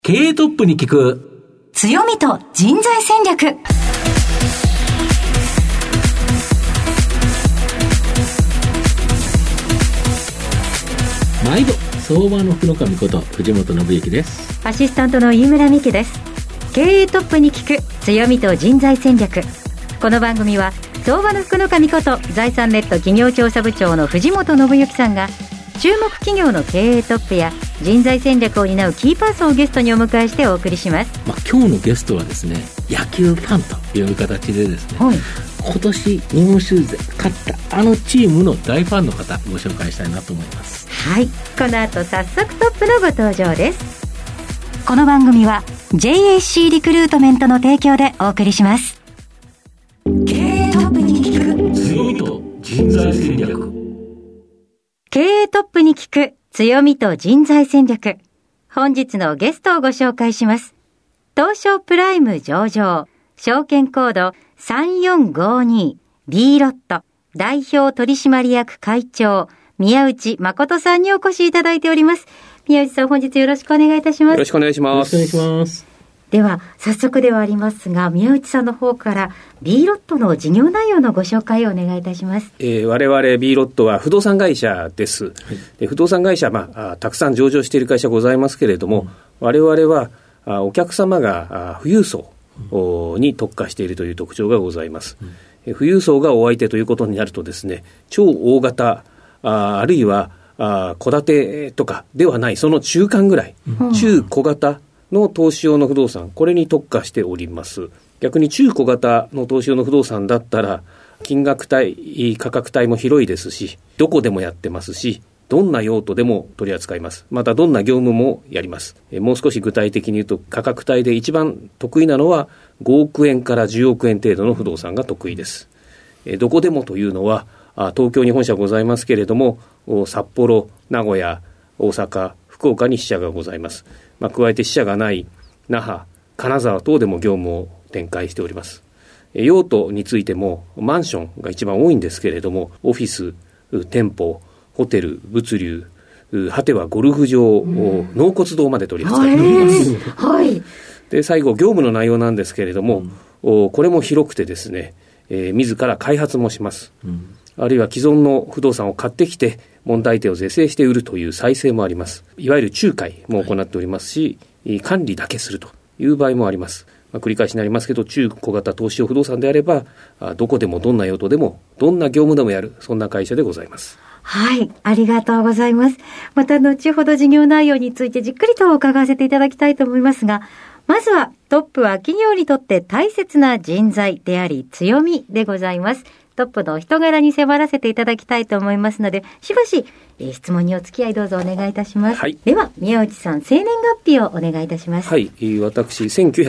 経営トップに聞く強みと人材戦略。 毎度相場の福の神こと藤本信之です。 アシスタントの飯村美希です。経営トップに聞く強みと人材戦略。この番組は相場の福の神こと財産ネット企業調査部長の藤本信之さんが注目企業の経営トップや人材戦略を担うキーパーソンをゲストにお迎えしてお送りします。 今日のゲストはですね、野球ファンという形でですね、 はい、 今年日本シリーズで勝ったあのチームの大ファンの方ご紹介したいなと思います。 はい、この後早速トップのご登場です。この番組は JAC リクルートメントの提供でお送りします。経営トップに聞く強みと人材戦略。 経営トップに聞く強みと人材戦略。本日のゲストをご紹介します。東証プライム上場、証券コード 3452 B ロット代表取締役会長宮内誠さんにお越しいただいております。宮内さん、本日よろしくお願いいたします。 よろしくお願いします。 よろしくお願いします。 では早速ではありますが、宮内さんの方から B ロットの事業内容のご紹介をお願いいたします。 我々 B ロットは不動産会社です、はい、不動産会社、たくさん上場している会社ございますけれども、我々はお客様が富裕層に特化しているという特徴がございます。富裕層がお相手ということになるとですね、超大型あるいは戸建てとかではない、その中間ぐらい、中小型の投資用の不動産、これに特化しております。逆に中小型の投資用の不動産だったら金額帯、価格帯も広いですし、どこでもやってますし、どんな用途でも取り扱います。またどんな業務もやります。もう少し具体的に言うと、価格帯で一番得意なのは5億円から10億円程度の不動産が得意です。どこでもというのは東京に本社ございますけれども、札幌、名古屋、大阪、福岡に支社がございます。加えて支社がない那覇、金沢等でも業務を展開しております。用途についてもマンションが一番多いんですけれども、オフィス、店舗、ホテル、物流、果てはゴルフ場、納骨堂まで取り扱っております。 はい。 で、最後業務の内容なんですけれども、これも広くてですね、自ら開発もします。あるいは既存の不動産を買ってきて問題点を是正して売るという再生もあります。いわゆる仲介も行っておりますし、管理だけするという場合もあります。繰り返しになりますけど、中小型投資用不動産であればどこでもどんな用途でもどんな業務でもやる、そんな会社でございます。 はい、ありがとうございます。また後ほど事業内容についてじっくりと伺わせていただきたいと思いますが、まずはトップは企業にとって大切な人材であり強みでございます。トップの人柄に迫らせていただきたいと思いますので、しばし、質問にお付き合いどうぞお願いいたします。はい、では宮内さん、生年月日をお願いいたします。 はい、私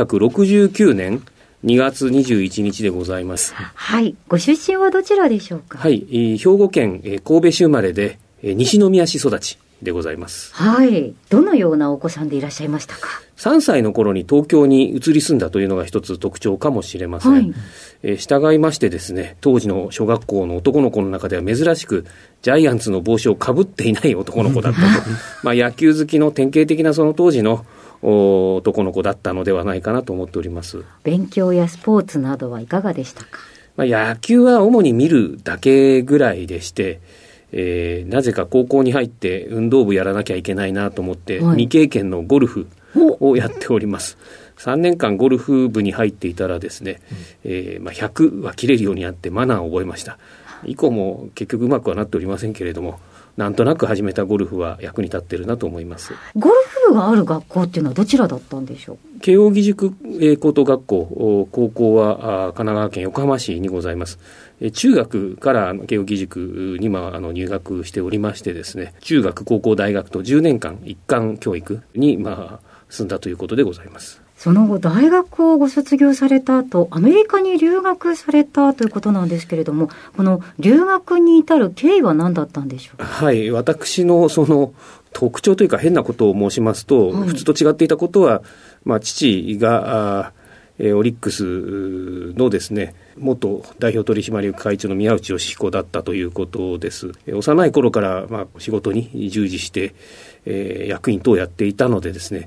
1969年2月21日でございます。 はい、ご出身はどちらでしょうか。 はい、兵庫県神戸市生まれで西宮市育ちでございます。 はい、どのようなお子さんでいらっしゃいましたか。 3歳の頃に東京に移り住んだというのが一つ特徴かもしれません。はい、従いましてですね、当時の小学校の男の子の中では珍しくジャイアンツの帽子をかぶっていない男の子だったと野球好きの典型的なその当時の男の子だったのではないかなと思っております。 勉強やスポーツなどはいかがでしたか。 野球は主に見るだけぐらいでして、なぜか高校に入って運動部やらなきゃいけないなと思って、未経験のゴルフをやっております。3年間ゴルフ部に入っていたらですね、100は切れるようになってマナーを覚えました。以降も結局うまくはなっておりませんけれども、なんとなく始めたゴルフは役に立ってるなと思います。 ゴルフ部がある学校っていうのはどちらだったんでしょう。 慶應義塾高等学校、高校は神奈川県横浜市にございます。中学から慶應義塾に入学しておりましてですね、中学高校大学と10年間一貫教育に進んだということでございます。 その後大学をご卒業された後、アメリカに留学されたということなんですけれども、この留学に至る経緯は何だったんでしょうか。 はい、私のその特徴というか変なことを申しますと、普通と違っていたことは、父がオリックスのですね、元代表取締役会長の宮内義彦だったということです。幼い頃から仕事に従事して、役員等をやっていたのでですね、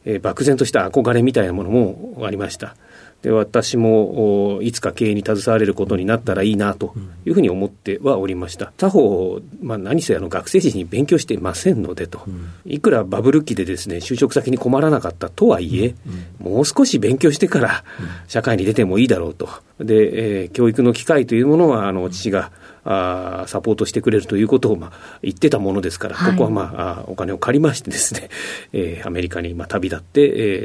漠然とした憧れみたいなものもありました。で、私もいつか経営に携われることになったらいいなというふうに思ってはおりました。他方、何せ学生時に勉強していませんのでと、いくらバブル期でですね、就職先に困らなかったとはいえ、もう少し勉強してから社会に出てもいいだろうと。で、教育の機会というものは父がサポートしてくれるということを言ってたものですから、ここはお金を借りましてですね、アメリカに旅立って、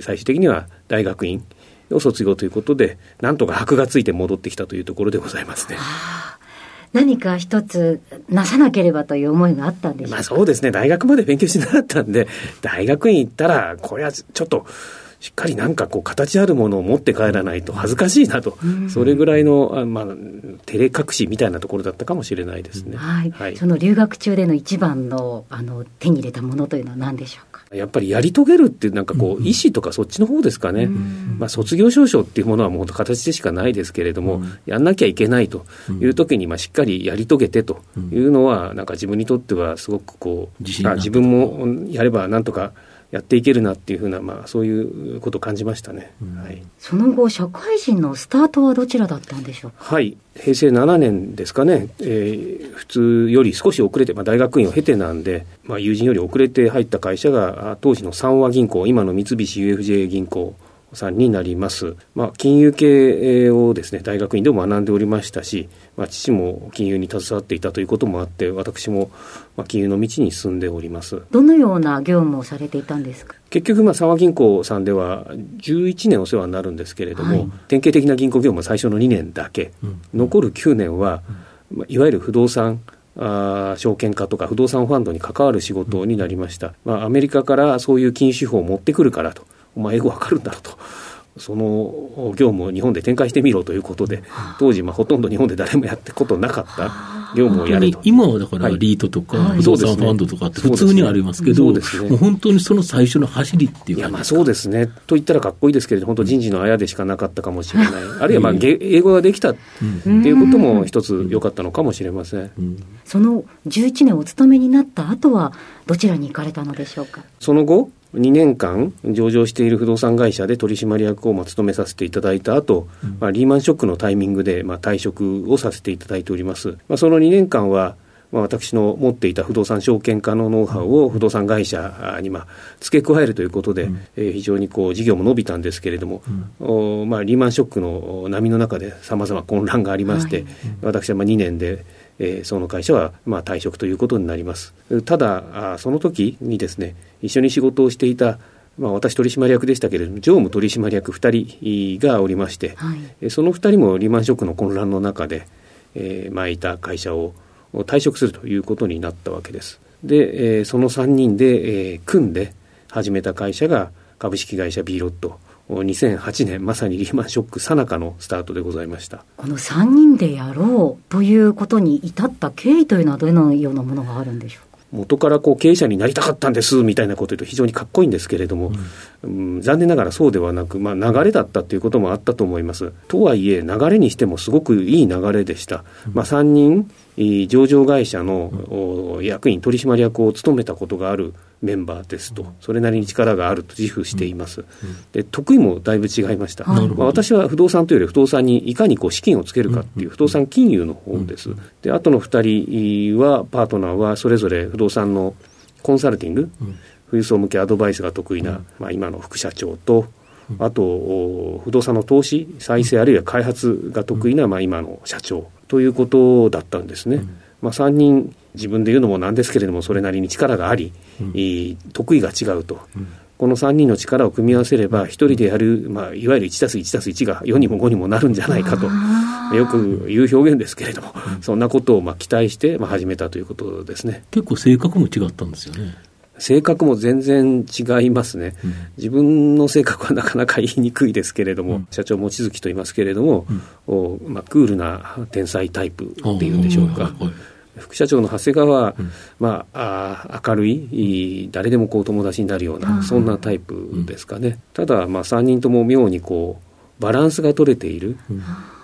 最終的には大学院を卒業ということで、なんとか箔がついて戻ってきたというところでございますね。 何か一つなさなければという思いがあったんでしょうか。 そうですね、大学まで勉強してなかったんで、大学院行ったらこれはちょっとしっかり形あるものを持って帰らないと恥ずかしいなと、それぐらいの照れ隠しみたいなところだったかもしれないですね。 その留学中での一番の手に入れたものというのは何でしょうか。 やっぱりやり遂げるっていう意思とかそっちの方ですかね。卒業証書っていうものはもう形でしかないですけれども、やんなきゃいけないという時にしっかりやり遂げてというのは自分にとってはすごく自分もやればなんとかやっていけるなっていうふうな、そういうことを感じましたね。 その後社会人のスタートはどちらだったんでしょうか。 平成7年ですかね、普通より少し遅れて、大学院を経てなんで、友人より遅れて入った会社が当時の三和銀行、今の三菱 UFJ 銀行さんになります。金融系をですね、大学院でも学んでおりましたし、父も金融に携わっていたということもあって、私も金融の道に進んでおります。 どのような業務をされていたんですか。 結局三和銀行さんでは11年お世話になるんですけれども、典型的な銀行業務は最初の2年だけ、残る9年はいわゆる不動産証券化とか不動産ファンドに関わる仕事になりました。アメリカからそういう金融手法を持ってくるからと、お前英語わかるんだろうと、その業務を日本で展開してみろということで、当時ほとんど日本で誰もやったことなかった業務をやれと。 今はだからリートとか不動産ファンドとかって普通にありますけど、もう本当にその最初の走りっていう感じですか。 そうですねと言ったらかっこいいですけれど、本当人事のあやでしかなかったかもしれない、あるいは英語ができたっていうことも一つ良かったのかもしれません。 その11年お勤めになった後はどちらに行かれたのでしょうか。 その後2年間上場している不動産会社で取締役を務めさせていただいた後、リーマンショックのタイミングで退職をさせていただいております。その2年間は私の持っていた不動産証券化のノウハウを不動産会社に付け加えるということで、非常に事業も伸びたんですけれども、リーマンショックの波の中で様々混乱がありまして、私は2年でその会社は退職ということになります。ただその時にですね、一緒に仕事をしていた、私取締役でしたけれども常務取締役2人がおりまして、その2人もリーマンショックの混乱の中で、いた会社を退職するということになったわけです。で、その3人で、組んで始めた会社が株式会社 B ロット、2008年まさにリーマンショック最中のスタートでございました。 この3人でやろうということに至った経緯というのはどのようなものがあるんでしょうか。 元から経営者になりたかったんですみたいなことを言うと非常にかっこいいんですけれども、残念ながらそうではなく、流れだったということもあったと思います。とはいえ流れにしてもすごくいい流れでした。3人上場会社の役員取締役を務めたことがあるメンバーですと、それなりに力があると自負しています。で、得意もだいぶ違いました。私は不動産というより不動産にいかに資金をつけるかっていう不動産金融の方です。で、あとの2人はパートナーはそれぞれ不動産のコンサルティング、富裕層向けアドバイスが得意な、今の副社長と、あと不動産の投資再生あるいは開発が得意な、今の社長ということだったんですね。3人自分で言うのもなんですけれどもそれなりに力があり、得意が違うと、この3人の力を組み合わせれば一人でやる、いわゆる 1+1+1 が4にも5にもなるんじゃないかとよく言う表現ですけれども、そんなことを期待して始めたということですね。 結構性格も違ったんですよね。 性格も全然違いますね。自分の性格はなかなか言いにくいですけれども、社長望月と言いますけれども、クールな天才タイプっていうんでしょうか。副社長の長谷川は、明るい誰でも友達になるようなそんなタイプですかね。ただ3人とも妙にバランスが取れている、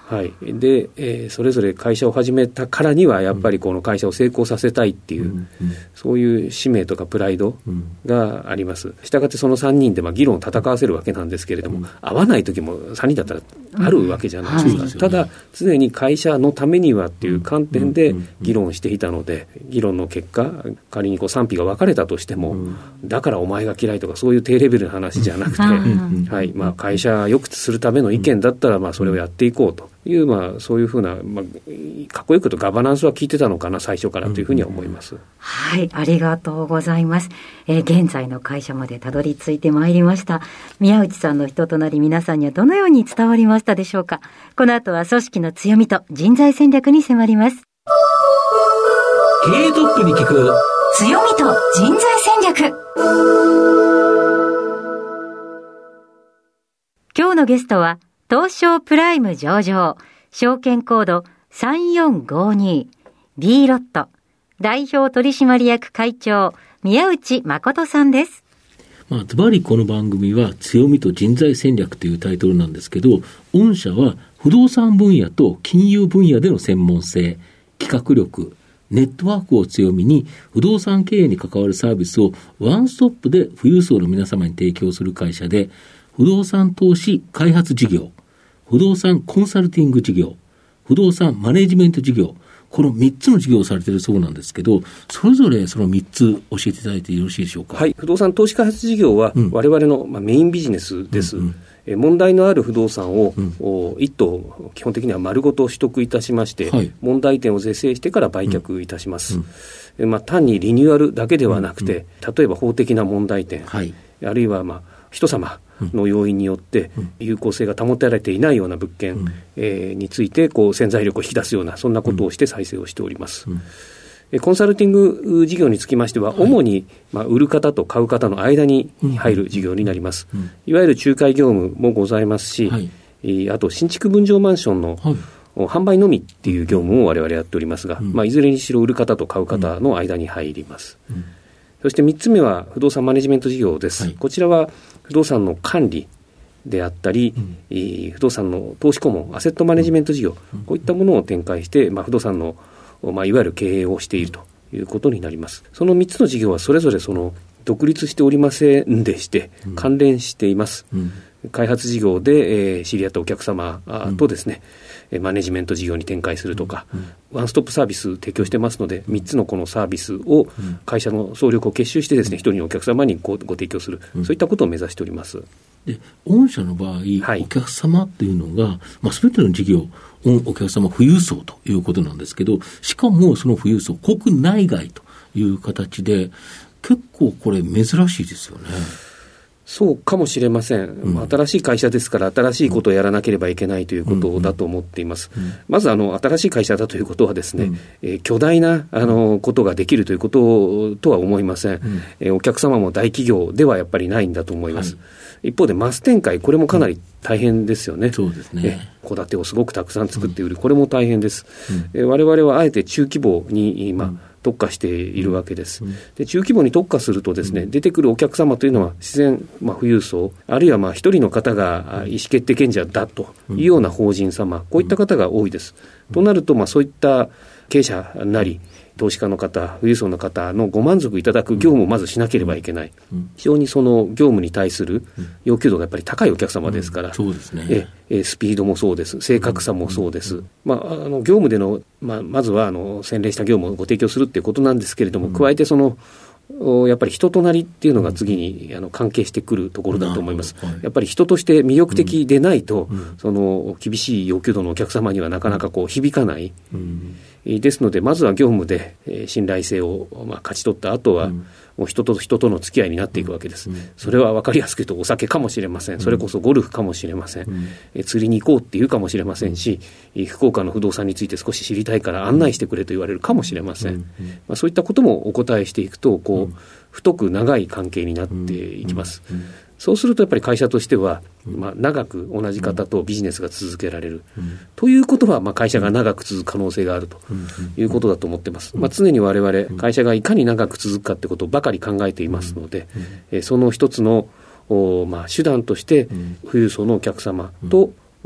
はい、で、それぞれ会社を始めたからにはやっぱりこの会社を成功させたいっていう、そういう使命とかプライドがあります。したがってその3人で議論を戦わせるわけなんですけれども、合わない時も3人だったらあるわけじゃないですか。ただ常に会社のためにはっていう観点で議論していたので、議論の結果仮に賛否が分かれたとしても、だからお前が嫌いとかそういう低レベルな話じゃなくて、はい、会社を良くするための意見だったらそれをやっていこうという、そういうふうな、かっこよくとガバナンスは効いてたのかな最初からというふうには思います。 はい、ありがとうございます。現在の会社までたどり着いてまいりました。宮内さんの人となり、皆さんにはどのように伝わりましたでしょうか。この後は組織の強みと人材戦略に迫ります。 経営トップに聞く強みと人材戦略。今日のゲストは東証プライム上場証券コード 3452 B ロット代表取締役会長宮内誠さんです。 ズバリこの番組は強みと人材戦略というタイトルなんですけど、御社は不動産分野と金融分野での専門性、企画力、ネットワークを強みに不動産経営に関わるサービスをワンストップで富裕層の皆様に提供する会社で、不動産投資開発事業、不動産コンサルティング事業、不動産マネジメント事業、この3つの事業をされているそうなんですけど、それぞれその3つ教えていただいてよろしいでしょうか。 はい、不動産投資開発事業は我々のメインビジネスです。問題のある不動産を、一棟基本的には丸ごと取得いたしまして、問題点を是正してから売却いたします。単にリニューアルだけではなくて、例えば法的な問題点、あるいは人様の要因によって有効性が保たれていないような物件、について潜在力を引き出すようなそんなことをして再生をしております。コンサルティング事業につきましては、主に売る方と買う方の間に入る事業になります。いわゆる仲介業務もございますし、あと新築分譲マンションの販売のみっていう業務を我々やっておりますが、いずれにしろ売る方と買う方の間に入ります。そして3つ目は不動産マネジメント事業です。こちらは不動産の管理であったり、不動産の投資顧問、アセットマネジメント事業、こういったものを展開して、不動産のいわゆる経営をしているということになります。その3つの事業はそれぞれ独立しておりませんでして、関連しています。開発事業で、知り合ったお客様とですね、マネジメント事業に展開するとか、ワンストップサービス提供してますので、3つのこのサービスを会社の総力を結集してですね、1人のお客様にご提供する、そういったことを目指しております。 で、御社の場合、お客様っていうのが、全ての事業、お客様富裕層ということなんですけど、しかもその富裕層、国内外という形で、結構これ珍しいですよね。 そうかもしれません。新しい会社ですから新しいことをやらなければいけないということだと思っています。まず新しい会社だということはですね、巨大なことができるということとは思いません。お客様も大企業ではやっぱりないんだと思います。一方でマス展開、これもかなり大変ですよね。 そうですね。 戸建てをすごくたくさん作って売る、これも大変です。我々はあえて中規模に特化しているわけです。で、中規模に特化するとですね、出てくるお客様というのは自然、富裕層、あるいは一人の方が意思決定権者だというような法人様、こういった方が多いです。となると、そういった経営者なり投資家の方、富裕層の方のご満足いただく業務をまずしなければいけない。非常にその業務に対する要求度がやっぱり高いお客様ですから、 そうですね。 スピードもそうです。正確さもそうです。業務での、まずは洗練した業務をご提供するっていうことなんですけれども、加えてやっぱり人となりっていうのが次に関係してくるところだと思います。やっぱり人として魅力的でないと、厳しい要求度のお客様にはなかなか響かない。ですので、まずは業務で信頼性を勝ち取った後は、もう人と人との付き合いになっていくわけです。それは分かりやすく言うとお酒かもしれません。それこそゴルフかもしれません。釣りに行こうっていうかもしれませんし、福岡の不動産について少し知りたいから案内してくれと言われるかもしれません。そういったこともお答えしていくと、太く長い関係になっていきます。そうするとやっぱり会社としては、長く同じ方とビジネスが続けられる、ということは、会社が長く続く可能性があるということだと思っています。常に我々会社がいかに長く続くかってことばかり考えていますので、その一つの手段として富裕層のお客様と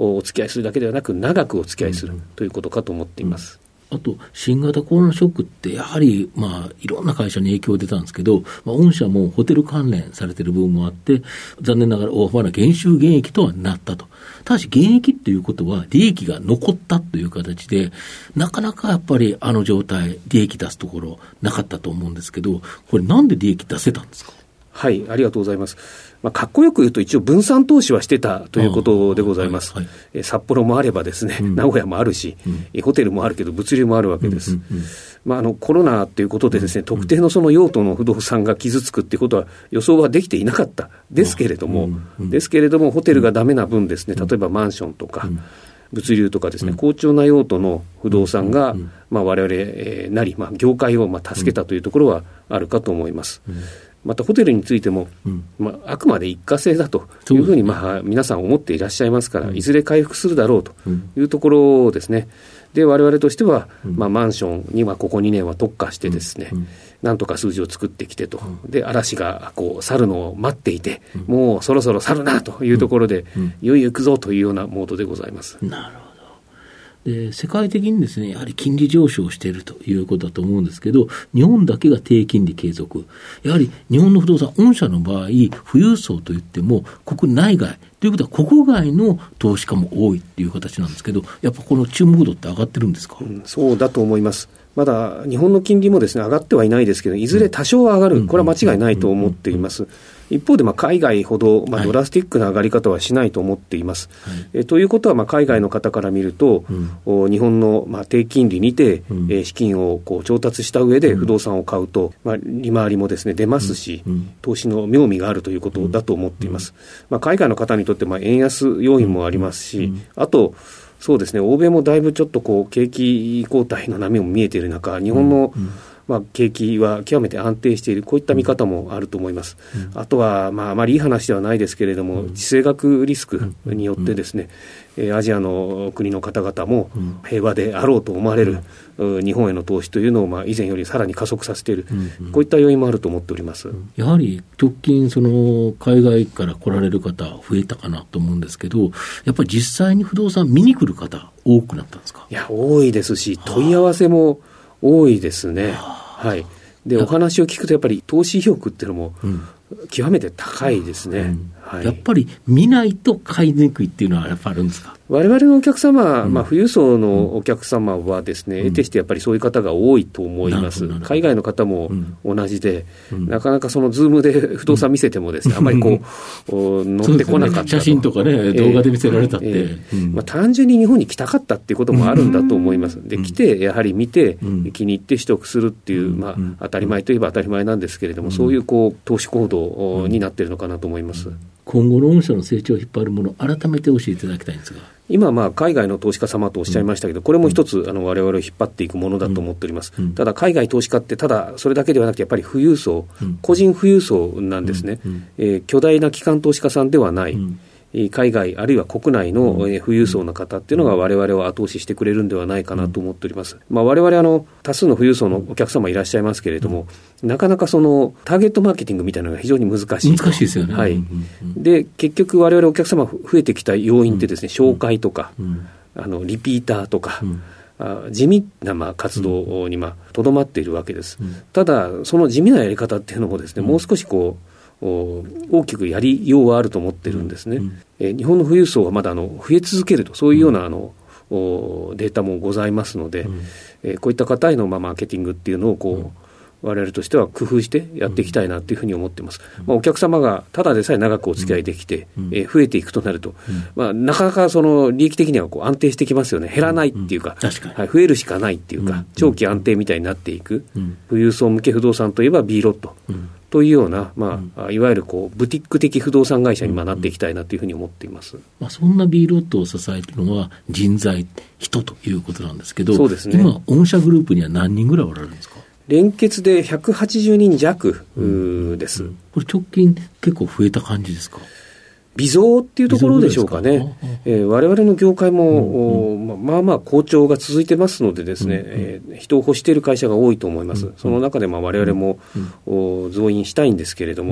お付き合いするだけではなく長くお付き合いするということかと思っています。 あと、新型コロナショックって、やはり、いろんな会社に影響が出たんですけど、御社もホテル関連されている部分もあって、残念ながら大幅な減収減益とはなったと。ただし、減益っていうことは、利益が残ったという形で、なかなかやっぱりあの状態、利益出すところなかったと思うんですけど、これなんで利益出せたんですか？ はい、ありがとうございます。かっこよく言うと一応分散投資はしてたということでございます。札幌もあればですね、名古屋もあるし、ホテルもあるけど物流もあるわけです。コロナということでですね、特定のその用途の不動産が傷つくっていうことは予想はできていなかったですけれども、ホテルがダメな分ですね、例えばマンションとか、物流とかですね、好調な用途の不動産が、我々なり、業界を助けたというところはあるかと思います。またホテルについても、あくまで一過性だというふうに皆さん思っていらっしゃいますから、いずれ回復するだろうというところですね。で我々としては、マンションにはここ2年は特化してですね、なんとか数字を作ってきてと、で嵐が去るのを待っていて、もうそろそろ去るなというところで、いよいよ行くぞというようなモードでございます。 なるほど。で世界的にですね、やはり金利上昇しているということだと思うんですけど、日本だけが低金利継続。やはり日本の不動産、御社の場合、富裕層といっても国内外ということは国外の投資家も多いっていう形なんですけど、やっぱこの注目度って上がってるんですか？ そうだと思います。まだ日本の金利もですね、上がってはいないですけど、いずれ多少は上がる、これは間違いないと思っています。一方で海外ほどドラスティックな上がり方はしないと思っています。ということは海外の方から見ると、日本の低金利にて資金を調達した上で不動産を買うと、利回りもですね出ますし、投資の妙味があるということだと思っています。海外の方にとって円安要因もありますし、あとそうですね、欧米もだいぶちょっと景気後退の波も見えている中、日本の景気は極めて安定している、こういった見方もあると思います。あとはあまりいい話ではないですけれども、地政学リスクによってですね、アジアの国の方々も平和であろうと思われる日本への投資というのを以前よりさらに加速させている、こういった要因もあると思っております。 やはり直近海外から来られる方増えたかなと思うんですけど、やっぱり実際に不動産見に来る方多くなったんですか？ いや、多いですし、問い合わせも多いですね。はい。でお話を聞くとやっぱり投資意欲っていうのも極めて高いですね。 やっぱり見ないと買いにくいっていうのはやっぱあるんですか？ 我々のお客様、富裕層のお客様はですね、得てしてやっぱりそういう方が多いと思います。海外の方も同じで、なかなかズームで不動産見せてもですね、あまり乗ってこなかったと。 写真とかね、動画で見せられたって。 単純に日本に来たかったっていうこともあるんだと思います。で、来て、やはり見て、気に入って取得するっていう、当たり前といえば当たり前なんですけれども、そういう投資行動になっているのかなと思います。 今後の御社の成長を引っ張るものを改めて教えていただきたいんですが、 今海外の投資家様とおっしゃいましたけど、これも一つ我々を引っ張っていくものだと思っております。ただ海外投資家ってただそれだけではなくてやっぱり富裕層、個人富裕層なんですね。巨大な機関投資家さんではない、海外あるいは国内の富裕層の方っていうのが我々を後押ししてくれるんではないかなと思っております。我々多数の富裕層のお客様いらっしゃいますけれども、なかなかターゲットマーケティングみたいなのが非常に難しい。 難しいですよね。 はい。で結局我々お客様増えてきた要因ってですね、紹介とか、リピーターとか、地味な活動にとどまっているわけです。ただその地味なやり方っていうのもですね、もう少し大きくやりようはあると思ってるんですね。日本の富裕層はまだ増え続けると、そういうようなデータもございますので、こういった方へのマーケティングっていうのを我々としては工夫してやっていきたいなというふうに思っています。お客様がただでさえ長くお付き合いできて、増えていくとなると、なかなか利益的には安定してきますよね。減らないっていうか、増えるしかないっていうか、長期安定みたいになっていく、富裕層向け不動産といえば B ロット、というような、いわゆるブティック的不動産会社になっていきたいなというふうに思っています。 そんな B ロットを支えているのは人材、人ということなんですけど、 そうですね、 今御社グループには何人ぐらいおられるんですか？ 連結で180人弱です。 これ直近結構増えた感じですか？ 微増っていうところでしょうかね。我々の業界も、好調が続いてますのでですね、人を欲している会社が多いと思います。その中で我々も、増員したいんですけれども、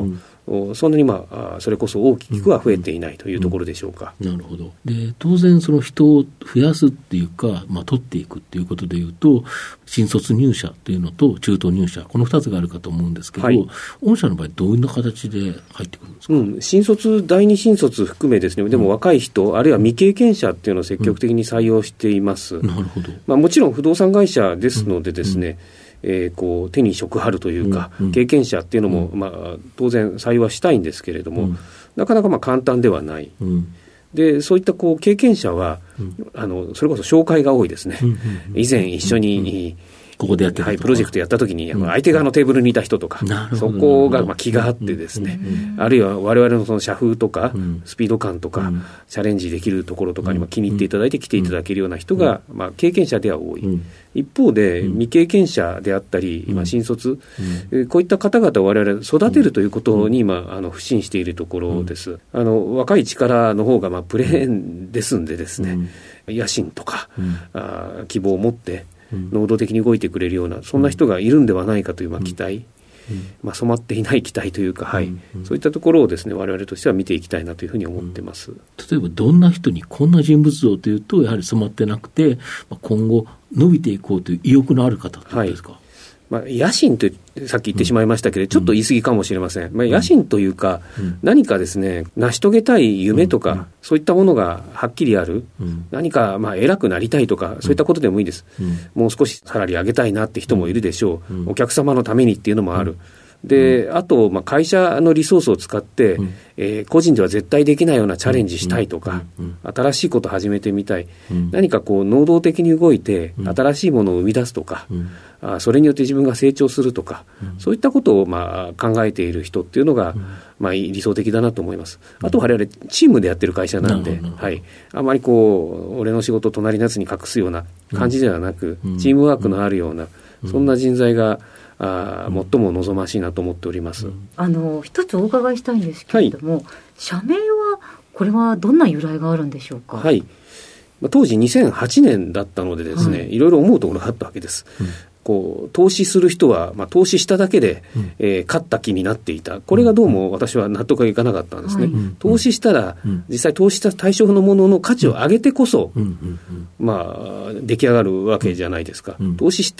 そんなにそれこそ大きくは増えていないというところでしょうか。 なるほど。で、当然その人を増やすっていうか、取っていくっていうことでいうと、新卒入社というのと中途入社、この2つがあるかと思うんですけど、御社の場合どんな形で入ってくるんですか？ 新卒、第二新卒含めですね、でも若い人、あるいは未経験者っていうのを積極的に採用しています。 なるほど。 もちろん不動産会社ですのでですね、手に職張るというか、経験者っていうのも、当然採用はしたいんですけれども、なかなか簡単ではない。でそういった経験者は、それこそ紹介が多いですね。以前一緒に、 ここでやってプロジェクトやったときに、相手側のテーブルにいた人とか、そこが気があってですね、あるいは我々のその社風とか、スピード感とか、チャレンジできるところとかに気に入っていただいて来ていただけるような人が、経験者では多い。一方で、未経験者であったり、新卒、こういった方々を我々育てるということに今、不信しているところです。若い力の方がプレーンですんでですね、野心とか、希望を持って、能動的に動いてくれるようなそんな人がいるんではないかという期待、染まっていない期待というか、そういったところをですね我々としては見ていきたいなというふうに思ってます。 例えばどんな人にこんな人物像というとやはり染まってなくて、今後伸びていこうという意欲のある方ということですか？ 野心とさっき言ってしまいましたけど、ちょっと言い過ぎかもしれません。野心というか、何かですね、成し遂げたい夢とか、そういったものがはっきりある、何か偉くなりたいとか、そういったことでもいいです。もう少しサラリー上げたいなって人もいるでしょう。お客様のためにっていうのもある。で、あと、会社のリソースを使って、個人では絶対できないようなチャレンジしたいとか、新しいことを始めてみたい。何か能動的に動いて、新しいものを生み出すとか、それによって自分が成長するとか、そういったことを考えている人っていうのが、理想的だなと思います。あと我々チームでやってる会社なんで、あまり俺の仕事を隣のやつに隠すような感じではなく、チームワークのあるような、そんな人材が最も望ましいなと思っております。 一つお伺いしたいんですけれども、社名はこれはどんな由来があるんでしょうか？ 当時2008年だったのでですね、いろいろ思うところがあったわけです。投資する人は、投資しただけで、勝った気になっていた。これがどうも私は納得がいかなかったんですね。投資したら、実際投資した対象のものの価値を上げてこそ、出来上がるわけじゃないですか。投資して、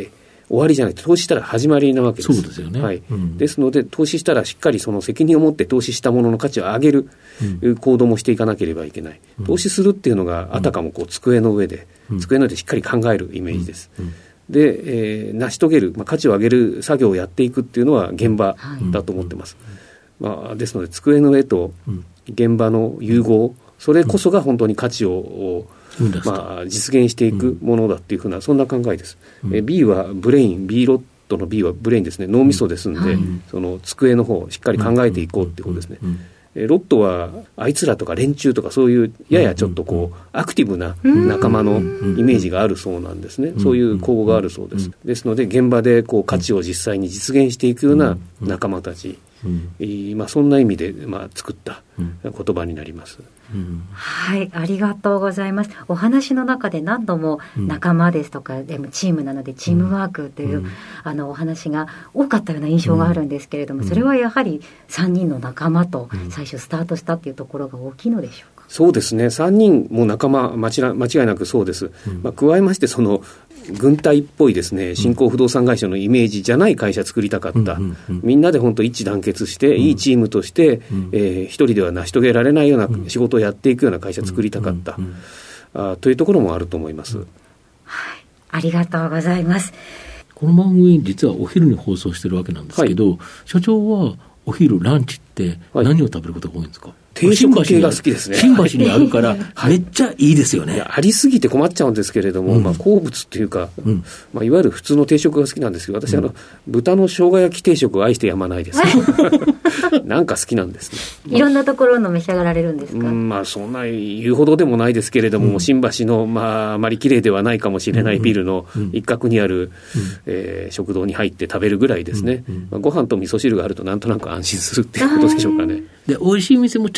終わりじゃなくて投資したら始まりなわけです。 そうですよね。 ですので投資したらしっかりその責任を持って投資したものの価値を上げる、行動もしていかなければいけない。投資するっていうのがあたかも机の上で、机の上でしっかり考えるイメージです。で、成し遂げる、価値を上げる作業をやっていくっていうのは現場だと思ってます。ですので机の上と現場の融合、それこそが本当に価値を実現していくものだっていうふうな、そんな考えです。B はブレイン、B ロットの B はブレインですね、脳みそですんで、その机の方をしっかり考えていこうっていうことですね。ロットはあいつらとか連中とかそういうややちょっとアクティブな仲間のイメージがあるそうなんですね。そういう口語があるそうです。ですので現場で価値を実際に実現していくような仲間たち、そんな意味で作った言葉になります。 はい、ありがとうございます。お話の中で何度も仲間ですとか、でもチームなのでチームワークという、お話が多かったような印象があるんですけれども、それはやはり3人の仲間と最初スタートしたっていうところが大きいのでしょうか？ そうですね、3人も仲間間違いなくそうです。加えましてその軍隊っぽいですね、新興不動産会社のイメージじゃない会社作りたかった。みんなで本当一致団結して、いいチームとして、一人では成し遂げられないような仕事をやっていくような会社作りたかった、というところもあると思います。 ありがとうございます。 この番組実はお昼に放送してるわけなんですけど、社長はお昼ランチって何を食べることが多いんですか？ 定食系が好きですね。 新橋にあるからめっちゃいいですよね。 ありすぎて困っちゃうんですけれども、好物っていうか、いわゆる普通の定食が好きなんですけど、私豚の生姜焼き定食を愛してやまないです。なんか好きなんですね。 いろんなところの召し上がられるんですか？ そんな言うほどでもないですけれども、新橋のあまり綺麗ではないかもしれないビルの一角にある、食堂に入って食べるぐらいですね。ご飯と味噌汁があるとなんとなく安心するっていうことでしょうかね。 で美味しい店もちょ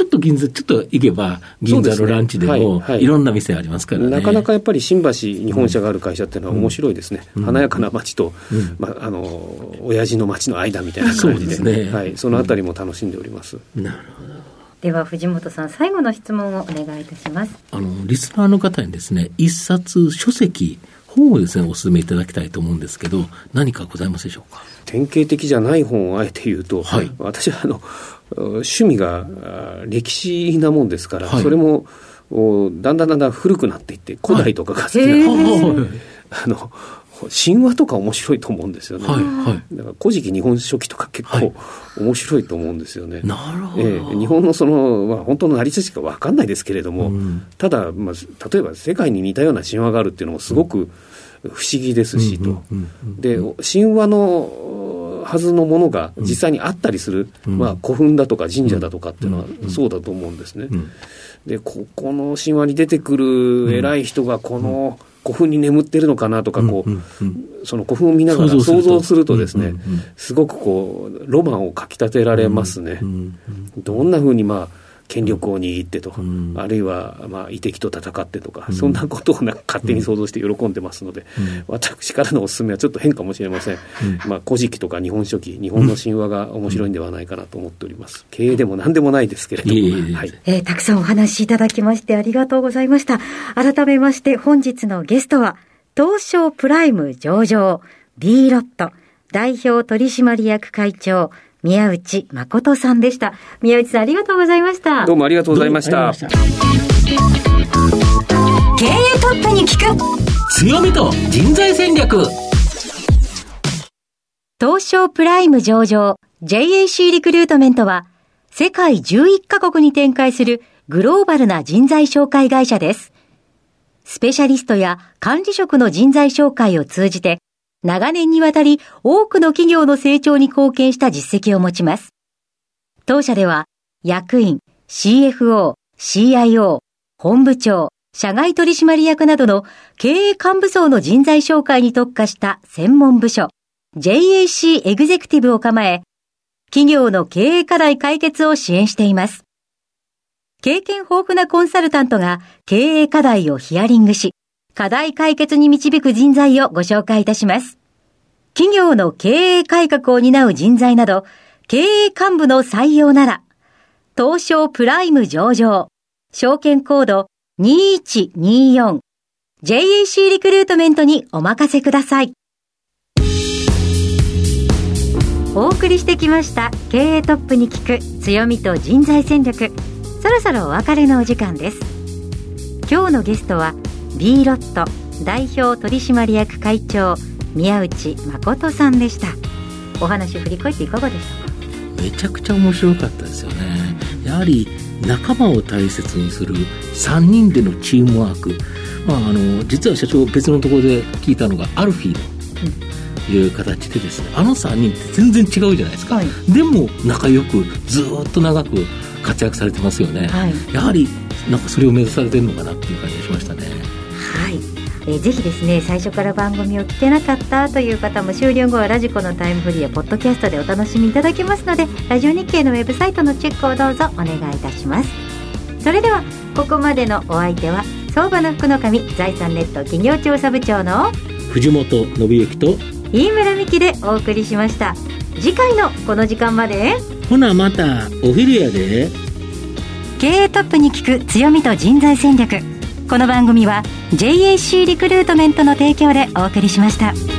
っと銀座ちょっと行けば銀座のランチでもいろんな店ありますからね。 なかなかやっぱり新橋に本社がある会社っていうのは面白いですね。華やかな街と、親父の街の間みたいな感じで、 そうですね、 はい、そのあたりも楽しんでおります。 なるほど。では藤本さん、最後の質問をお願いいたします。 リスナーの方にですね、一冊書籍本をですねお勧めいただきたいと思うんですけど、何かございますでしょうか。 典型的じゃない本をあえて言うと、はい、私は趣味が歴史なもんですから、はい、それもだんだん古くなっていって古代とかが好きなんです、はい、神話とか面白いと思うんですよね、はいはい、だから古事記日本書紀とか結構面白いと思うんですよね、 なるほど、 日本の本当の成り立ちか分かんないですけれども、ただ、例えば世界に似たような神話があるっていうのもすごく不思議ですしと、で神話のはずのものが実際にあったりする、古墳だとか神社だとかっていうのはそうだと思うんですね、でこの神話に出てくる偉い人がこの古墳に眠ってるのかなとかその古墳を見ながら想像するとですね、すごくロマンをかきたてられますね、どんな風に権力を握ってと、あるいは遺敵と戦ってとか、そんなことを勝手に想像して喜んでますので、私からのおすすめはちょっと変かもしれません、古事記とか日本書紀、日本の神話が面白いんではないかなと思っております。経営でも何でもないですけれども、 たくさんお話しいただきましてありがとうございました。改めまして本日のゲストは東証プライム上場 B ロット代表取締役会長宮内誠さんでした。宮内さん、ありがとうございました。 どうもありがとうございました。 経営トップに聞く強みと人材戦略。 東証プライム上場 JAC リクルートメントは世界11カ国に展開するグローバルな人材紹介会社です。スペシャリストや管理職の人材紹介を通じて長年にわたり多くの企業の成長に貢献した実績を持ちます。当社では役員、CFO、CIO、本部長、社外取締役などの経営幹部層の人材紹介に特化した専門部署 JAC エグゼクティブを構え、企業の経営課題解決を支援しています。経験豊富なコンサルタントが経営課題をヒアリングし、課題解決に導く人材をご紹介いたします。企業の経営改革を担う人材など、経営幹部の採用なら、東証プライム上場、証券コード2124、JAC リクルートメントにお任せください。お送りしてきました経営トップに聞く強みと人材戦略。そろそろお別れのお時間です。今日のゲストはB ロット代表取締役会長宮内誠さんでした。お話振り返っていかがでしたか。 めちゃくちゃ面白かったですよね。やはり仲間を大切にする3人でのチームワーク、実は社長別のところで聞いたのがアルフィーという形でですね、あの3人って全然違うじゃないですか、でも仲良くずっと長く活躍されてますよね、やはりそれを目指されてるのかなっていう感じがしましたね。 ぜひですね、最初から番組を聞けなかったという方も終了後はラジコのタイムフリーやポッドキャストでお楽しみいただけますので、ラジオ日経のウェブサイトのチェックをどうぞお願いいたします。それではここまでのお相手は相場の福の神財産ネット企業調査部長の藤本信之と飯村美希でお送りしました。次回のこの時間まで、 ほなまたお昼やで。 経営トップに聞く強みと人材戦略。この番組は JAC リクルートメントの提供でお送りしました。